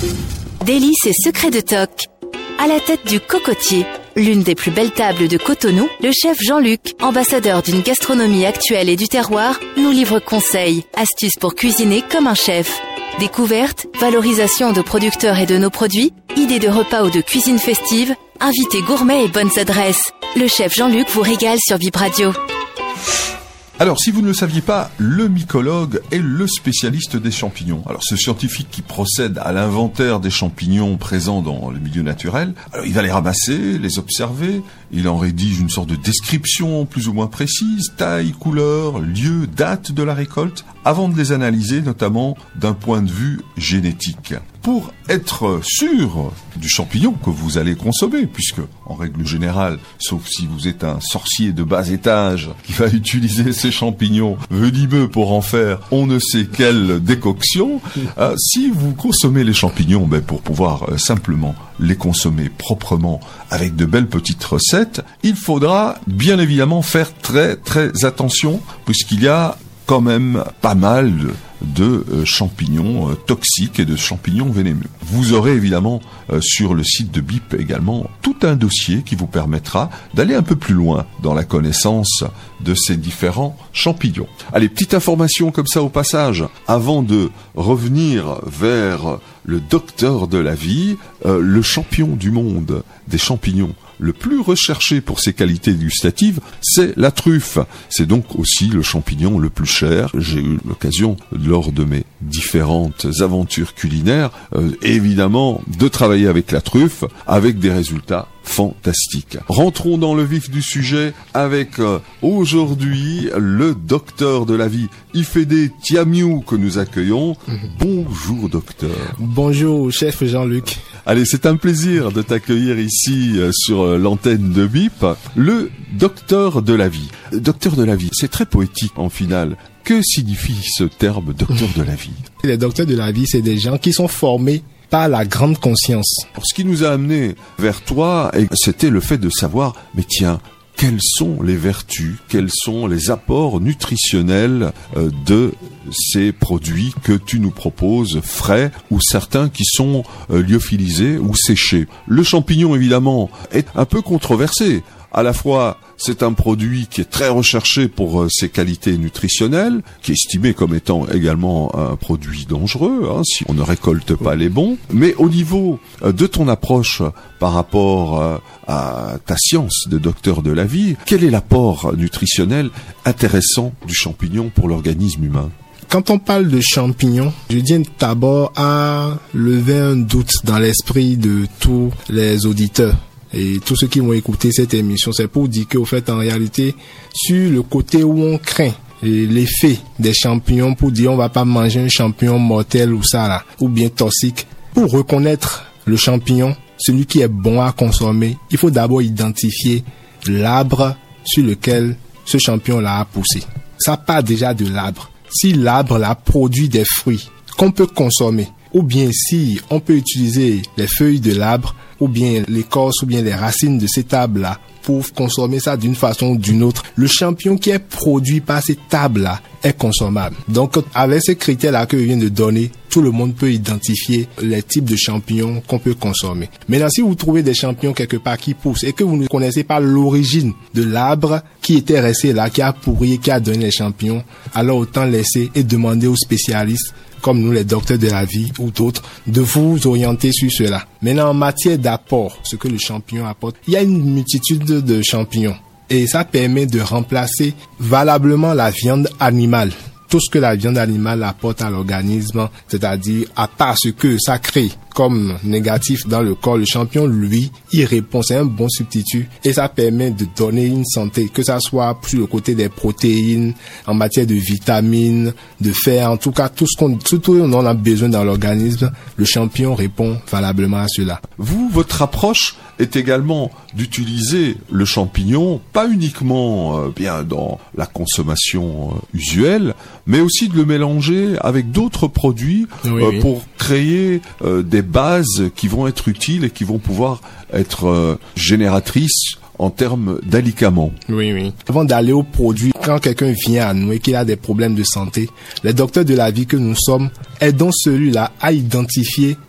Délices et secrets de Toc. À la tête du Cocotier, l'une des plus belles tables de Cotonou, le chef Jean-Luc, ambassadeur d'une gastronomie actuelle et du terroir, nous livre conseils, astuces pour cuisiner comme un chef. Découvertes, valorisation de producteurs et de nos produits, idées de repas ou de cuisine festive, invités gourmets et bonnes adresses. Le chef Jean-Luc vous régale sur Bip Radio. Alors, si vous ne le saviez pas, le mycologue est le spécialiste des champignons. Alors, ce scientifique qui procède à l'inventaire des champignons présents dans le milieu naturel, alors il va les ramasser, les observer, il en rédige une sorte de description plus ou moins précise, taille, couleur, lieu, date de la récolte, avant de les analyser, notamment d'un point de vue génétique. Pour être sûr du champignon que vous allez consommer, puisque, en règle générale, sauf si vous êtes un sorcier de bas étage qui va utiliser ces champignons venimeux pour en faire on ne sait quelle décoction, si vous consommez les champignons, pour pouvoir simplement les consommer proprement avec de belles petites recettes, il faudra bien évidemment faire très très attention, puisqu'il y a quand même pas mal de champignons toxiques et de champignons vénéneux. Vous aurez évidemment sur le site de BIP également tout un dossier qui vous permettra d'aller un peu plus loin dans la connaissance de ces différents champignons. Allez, petite information comme ça au passage, avant de revenir vers le docteur de la vie, le champion du monde des champignons le plus recherché pour ses qualités gustatives, c'est la truffe. C'est donc aussi le champignon le plus cher. J'ai eu l'occasion, lors de mes différentes aventures culinaires, évidemment, de travailler avec la truffe, avec des résultats fantastique. Rentrons dans le vif du sujet avec aujourd'hui le docteur de la vie, Ifede Tiamiou, que nous accueillons. Bonjour docteur. Bonjour chef Jean-Luc. Allez, c'est un plaisir de t'accueillir ici sur l'antenne de BIP. Le docteur de la vie. Docteur de la vie, c'est très poétique en finale. Que signifie ce terme docteur de la vie? Les docteurs de la vie, c'est des gens qui sont formés par la grande conscience. Ce qui nous a amené vers toi, c'était le fait de savoir, mais tiens, quelles sont les vertus, quels sont les apports nutritionnels de ces produits que tu nous proposes, frais, ou certains qui sont lyophilisés ou séchés. Le champignon, évidemment, est un peu controversé. À la fois, c'est un produit qui est très recherché pour ses qualités nutritionnelles, qui est estimé comme étant également un produit dangereux, si on ne récolte pas les bons. Mais au niveau de ton approche par rapport à ta science de docteur de la vie, quel est l'apport nutritionnel intéressant du champignon pour l'organisme humain ? Quand on parle de champignons, je tiens d'abord à lever un doute dans l'esprit de tous les auditeurs. Et tous ceux qui vont écouter cette émission, c'est pour dire qu'au fait, en réalité, sur le côté où on craint l'effet des champignons, pour dire on va pas manger un champignon mortel ou ça là, ou bien toxique, pour reconnaître le champignon, celui qui est bon à consommer, il faut d'abord identifier l'arbre sur lequel ce champignon-là a poussé. Ça part déjà de l'arbre. Si l'arbre là produit des fruits qu'on peut consommer, ou bien si on peut utiliser les feuilles de l'arbre, ou bien l'écorce, ou bien les racines de cet arbre-là, pour consommer ça d'une façon ou d'une autre, le champignon qui est produit par cet arbre-là est consommable. Donc, avec ces critères-là que je viens de donner, tout le monde peut identifier les types de champignons qu'on peut consommer. Maintenant, si vous trouvez des champignons quelque part qui poussent et que vous ne connaissez pas l'origine de l'arbre qui était resté là, qui a pourri, qui a donné les champignons, alors autant laisser et demander aux spécialistes comme nous les docteurs de la vie ou d'autres, de vous orienter sur cela. Maintenant, en matière d'apport, ce que le champignon apporte, il y a une multitude de champignons. Et ça permet de remplacer valablement la viande animale. Tout ce que la viande animale apporte à l'organisme, c'est-à-dire à part ce que ça crée comme négatif dans le corps, le champignon, lui, il répond, c'est un bon substitut et ça permet de donner une santé, que ça soit sur le côté des protéines, en matière de vitamines, de fer, en tout cas, tout ce on en a besoin dans l'organisme, le champignon répond valablement à cela. Vous, votre approche est également d'utiliser le champignon, pas uniquement bien dans la consommation usuelle, mais aussi de le mélanger avec d'autres produits pour créer des bases qui vont être utiles et qui vont pouvoir être génératrices en termes d'alicaments. Oui. Avant d'aller au produit, quand quelqu'un vient à nous et qu'il a des problèmes de santé, les docteurs de la vie que nous sommes aidons celui-là à identifier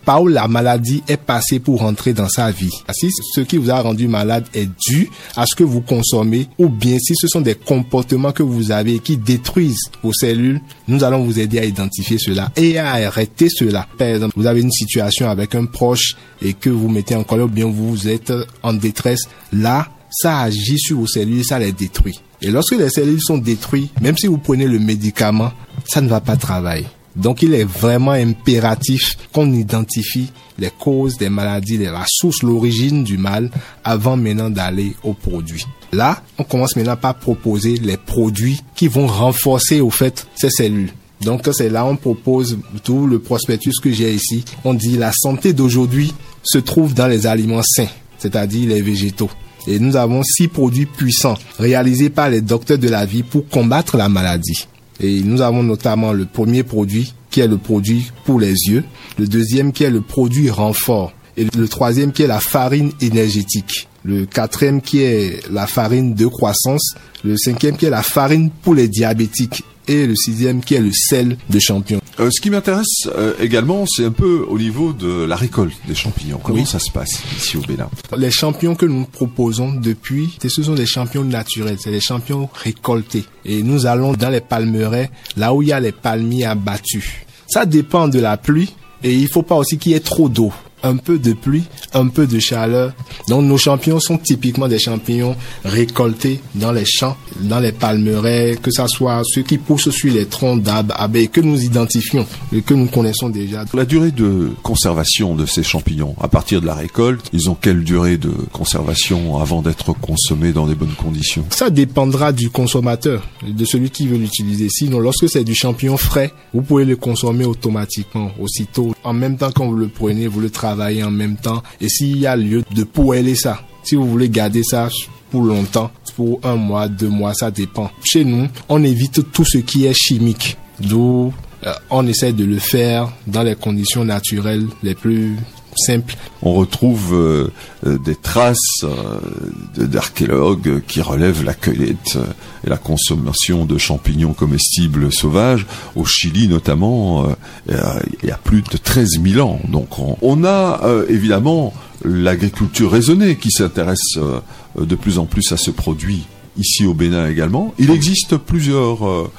par où la maladie est passée pour rentrer dans sa vie. Si ce qui vous a rendu malade est dû à ce que vous consommez, ou bien si ce sont des comportements que vous avez qui détruisent vos cellules, nous allons vous aider à identifier cela et à arrêter cela. Par exemple, vous avez une situation avec un proche et que vous mettez en colère, ou bien vous êtes en détresse, là, ça agit sur vos cellules, ça les détruit. Et lorsque les cellules sont détruites, même si vous prenez le médicament, ça ne va pas travailler. Donc, il est vraiment impératif qu'on identifie les causes des maladies, la source, l'origine du mal, avant maintenant d'aller aux produits. Là, on commence maintenant par proposer les produits qui vont renforcer, au fait, ces cellules. Donc, c'est là on propose tout le prospectus que j'ai ici. On dit la santé d'aujourd'hui se trouve dans les aliments sains, c'est-à-dire les végétaux. Et nous avons 6 produits puissants réalisés par les docteurs de la vie pour combattre la maladie. Et nous avons notamment le premier produit qui est le produit pour les yeux, le deuxième qui est le produit renfort et le troisième qui est la farine énergétique, le quatrième qui est la farine de croissance, le cinquième qui est la farine pour les diabétiques et le sixième qui est le sel de champignon. Ce qui m'intéresse également, c'est un peu au niveau de la récolte des champignons. Comment ça se passe ici au Bénin? Les champignons que nous proposons depuis, ce sont des champignons naturels, c'est des champignons récoltés. Et nous allons dans les palmeraies, là où il y a les palmiers abattus. Ça dépend de la pluie et il faut pas aussi qu'il y ait trop d'eau. Un peu de pluie, un peu de chaleur. Donc nos champignons sont typiquement des champignons récoltés dans les champs, dans les palmeraies, que ça soit ceux qui poussent sur les troncs d'arbres que nous identifions et que nous connaissons déjà. La durée de conservation de ces champignons, à partir de la récolte, ils ont quelle durée de conservation avant d'être consommés dans des bonnes conditions? Ça dépendra du consommateur, de celui qui veut l'utiliser. Sinon, lorsque c'est du champignon frais, vous pouvez le consommer automatiquement, aussitôt. En même temps, quand vous le prenez, vous le travaillez en même temps, et s'il y a lieu de poêler ça, si vous voulez garder ça pour longtemps, pour 1 mois, 2 mois, ça dépend. Chez nous, on évite tout ce qui est chimique, d'où on essaie de le faire dans les conditions naturelles les plus simple. On retrouve des traces d'archéologues qui relèvent la cueillette et la consommation de champignons comestibles sauvages. Au Chili notamment, il y a plus de 13 000 ans. Donc on a évidemment l'agriculture raisonnée qui s'intéresse de plus en plus à ce produit. Ici au Bénin également, il existe plusieurs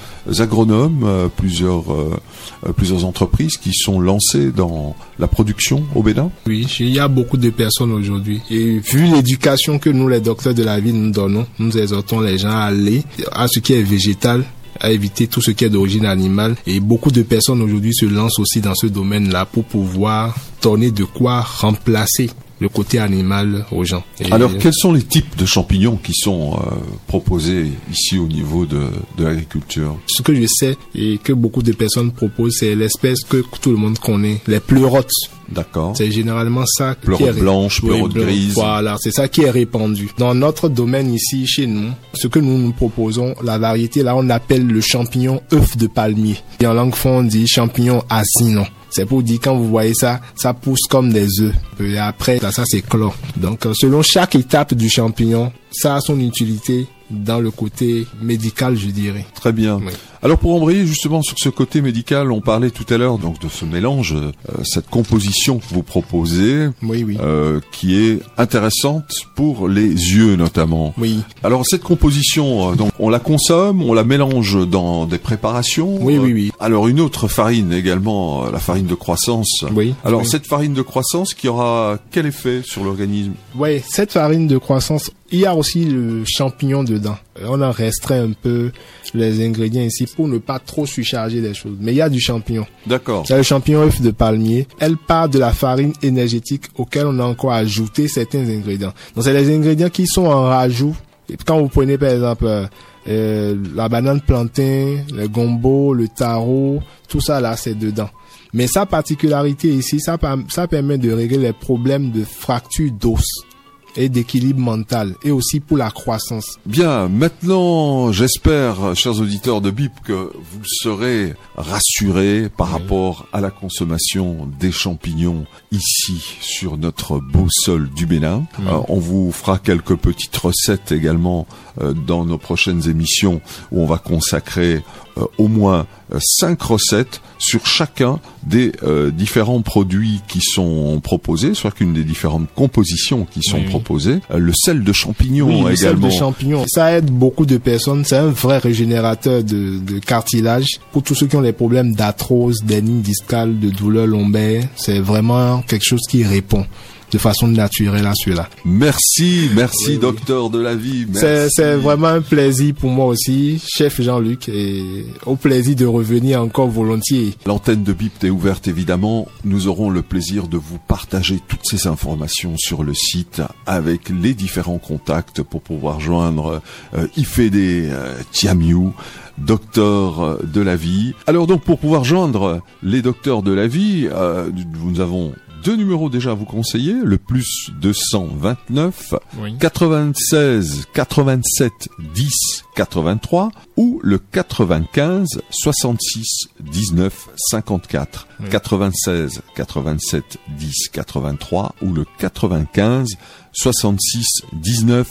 agronomes, plusieurs entreprises qui sont lancées dans la production au Bénin. Oui, il y a beaucoup de personnes aujourd'hui. Et vu l'éducation que nous, les docteurs de la vie, nous donnons, nous exhortons les gens à aller à ce qui est végétal, à éviter tout ce qui est d'origine animale. Et beaucoup de personnes aujourd'hui se lancent aussi dans ce domaine-là pour pouvoir donner de quoi remplacer le côté animal aux gens. Alors, quels sont les types de champignons qui sont proposés ici au niveau de l'agriculture? Ce que je sais et que beaucoup de personnes proposent, c'est l'espèce que tout le monde connaît, les pleurotes. D'accord. C'est généralement ça. Pleurote blanche, pleurote grise. Voilà, c'est ça qui est répandu. Dans notre domaine ici, chez nous, ce que nous proposons, la variété, là, on l'appelle le champignon œuf de palmier. Et en langue fond, on dit champignon asinon. C'est pour dire, quand vous voyez ça, ça pousse comme des œufs. Et après, ça s'éclore. Donc, selon chaque étape du champignon, ça a son utilité dans le côté médical, je dirais. Très bien. Oui. Alors, pour embrayer justement sur ce côté médical, on parlait tout à l'heure donc de ce mélange, cette composition que vous proposez, oui. Qui est intéressante pour les yeux notamment. Oui. Alors, cette composition, donc, on la consomme, on la mélange dans des préparations. Oui. Alors, une autre farine également, la farine de croissance. Oui. Alors, cette farine de croissance qui aura quel effet sur l'organisme? Oui, cette farine de croissance, il y a aussi le champignon dedans. On a restreint un peu les ingrédients ici pour ne pas trop surcharger les choses. Mais il y a du champignon. D'accord. C'est le champignon œuf de palmier. Elle part de la farine énergétique auquel on a encore ajouté certains ingrédients. Donc c'est les ingrédients qui sont en rajout. Et quand vous prenez par exemple la banane plantain, le gombo, le taro, tout ça là c'est dedans. Mais sa particularité ici, ça permet de régler les problèmes de fracture d'os et d'équilibre mental, et aussi pour la croissance. Bien, maintenant, j'espère, chers auditeurs de BIP, que vous serez rassurés par rapport à la consommation des champignons ici, sur notre beau sol du Bénin. On vous fera quelques petites recettes également dans nos prochaines émissions, où on va consacrer au moins 5 recettes sur chacun des différents produits qui sont proposés, soit qu'une des différentes compositions qui sont proposées. Le sel de champignon également. Le sel de champignon, ça aide beaucoup de personnes. C'est un vrai régénérateur de cartilage. Pour tous ceux qui ont les problèmes d'arthrose, d'hernie discale, de douleurs lombaires, c'est vraiment quelque chose qui répond de façon naturelle à cela. Merci, docteur de la vie. C'est vraiment un plaisir pour moi aussi, chef Jean-Luc, et au plaisir de revenir encore volontiers. L'antenne de BIP est ouverte évidemment. Nous aurons le plaisir de vous partager toutes ces informations sur le site avec les différents contacts pour pouvoir joindre Ifede Tiamiou, docteur de la vie. Alors donc pour pouvoir joindre les docteurs de la vie, nous avons 2 numéros déjà à vous conseiller, le plus 229 96 87 10 83 ou le 95 66 19 54. 96 87 10 83 ou le 95 66 19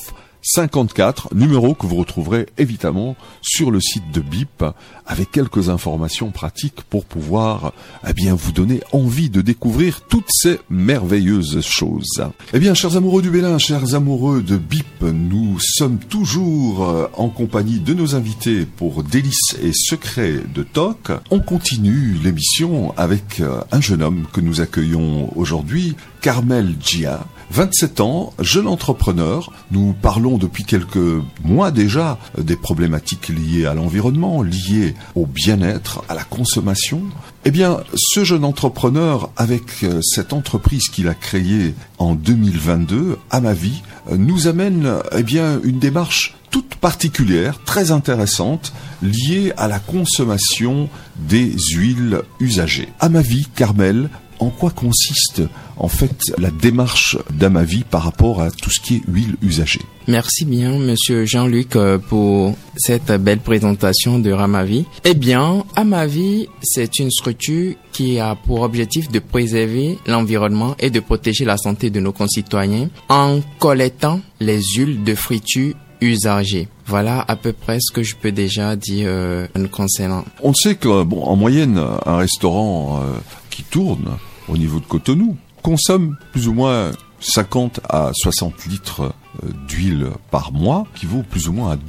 54, numéro que vous retrouverez évidemment sur le site de BIP avec quelques informations pratiques pour pouvoir vous donner envie de découvrir toutes ces merveilleuses choses. Eh bien, chers amoureux du Bélin, chers amoureux de BIP, nous sommes toujours en compagnie de nos invités pour Délices et Secrets de TOC. On continue l'émission avec un jeune homme que nous accueillons aujourd'hui, Karmel Djia. 27 ans, jeune entrepreneur. Nous parlons depuis quelques mois déjà des problématiques liées à l'environnement, liées au bien-être, à la consommation. Eh bien, ce jeune entrepreneur, avec cette entreprise qu'il a créée en 2022, à ma vie, nous amène une démarche toute particulière, très intéressante, liée à la consommation des huiles usagées. À ma vie, Karmel, en quoi consiste en fait la démarche d'Amavi par rapport à tout ce qui est huile usagée? Merci bien, monsieur Jean-Luc, pour cette belle présentation de Ramavi. Eh bien, Amavi, c'est une structure qui a pour objectif de préserver l'environnement et de protéger la santé de nos concitoyens en collectant les huiles de friture usagées. Voilà à peu près ce que je peux déjà dire nous concernant. On sait que, en moyenne, un restaurant qui tourne au niveau de Cotonou consomme plus ou moins 50 à 60 litres d'huile par mois, qui vaut plus ou moins à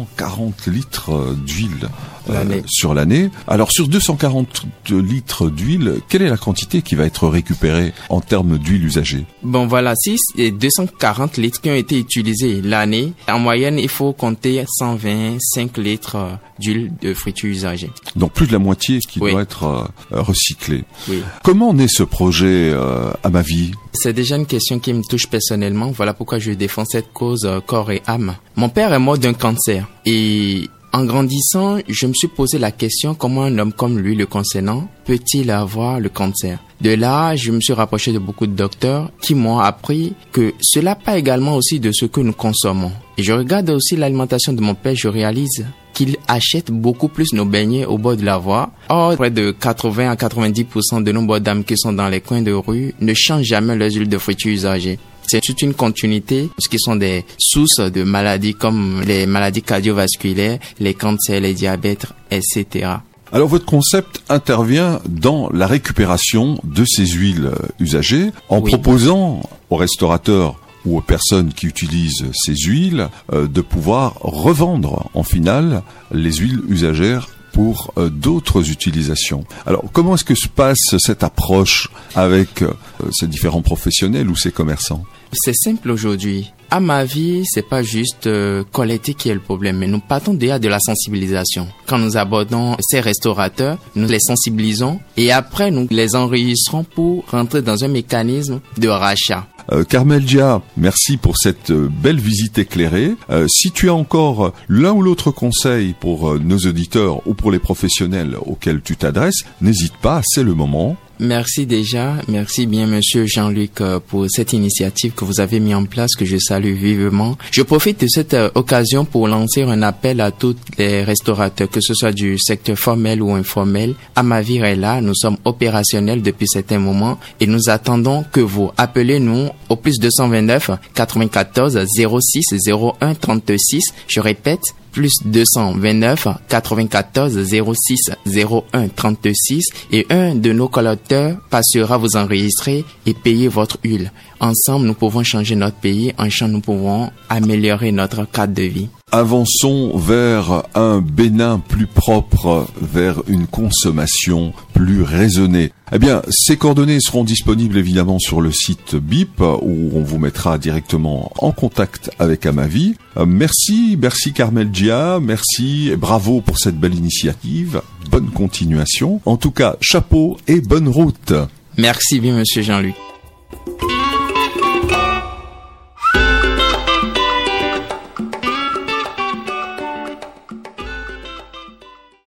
240 litres d'huile sur l'année. Alors sur 240 litres d'huile, quelle est la quantité qui va être récupérée en termes d'huile usagée? Bon voilà, si c'est 240 litres qui ont été utilisés l'année, en moyenne il faut compter 125 litres d'huile de friture usagée. Donc plus de la moitié qui doit être recyclée. Oui. Comment naît ce projet à ma vie? C'est déjà une question qui me touche personnellement. Voilà pourquoi je défends cette cause corps et âme. Mon père est mort d'un cancer et en grandissant, je me suis posé la question comment un homme comme lui, le concernant, peut-il avoir le cancer? De là, je me suis rapproché de beaucoup de docteurs qui m'ont appris que cela part également aussi de ce que nous consommons. Et je regarde aussi l'alimentation de mon père, je réalise qu'il achète beaucoup plus nos beignets au bord de la voie. Or, près de 80 à 90% de nos bords d'âme qui sont dans les coins de rue ne changent jamais leurs huiles de friture usagées. C'est toute une continuité, ce qui sont des sources de maladies comme les maladies cardiovasculaires, les cancers, les diabètes, etc. Alors votre concept intervient dans la récupération de ces huiles usagées en proposant aux restaurateurs ou aux personnes qui utilisent ces huiles de pouvoir revendre en finale les huiles usagères pour d'autres utilisations. Alors, comment est-ce que se passe cette approche avec ces différents professionnels ou ces commerçants? C'est simple aujourd'hui. À ma vie, c'est pas juste collecter qui est le problème, mais nous partons déjà de la sensibilisation. Quand nous abordons ces restaurateurs, nous les sensibilisons et après nous les enregistrons pour rentrer dans un mécanisme de rachat. Karmel Djia, merci pour cette belle visite éclairée. Si tu as encore l'un ou l'autre conseil pour nos auditeurs ou pour les professionnels auxquels tu t'adresses, n'hésite pas, c'est le moment. Merci déjà, merci bien monsieur Jean-Luc pour cette initiative que vous avez mis en place, que je salue vivement. Je profite de cette occasion pour lancer un appel à tous les restaurateurs, que ce soit du secteur formel ou informel. Amavi est là, nous sommes opérationnels depuis certains moments et nous attendons que vous appelez-nous au plus 229 94 06 01 36. Je répète, plus 229 94 06 01 36 et un de nos collecteurs passera vous enregistrer et payer votre huile. Ensemble, nous pouvons changer notre pays. Ensemble, nous pouvons améliorer notre cadre de vie. Avançons vers un Bénin plus propre, vers une consommation plus raisonnée. Eh bien, ces coordonnées seront disponibles évidemment sur le site BIP où on vous mettra directement en contact avec Amavi. Merci Carmel Gia, merci et bravo pour cette belle initiative. Bonne continuation. En tout cas, chapeau et bonne route. Merci bien, monsieur Jean-Luc.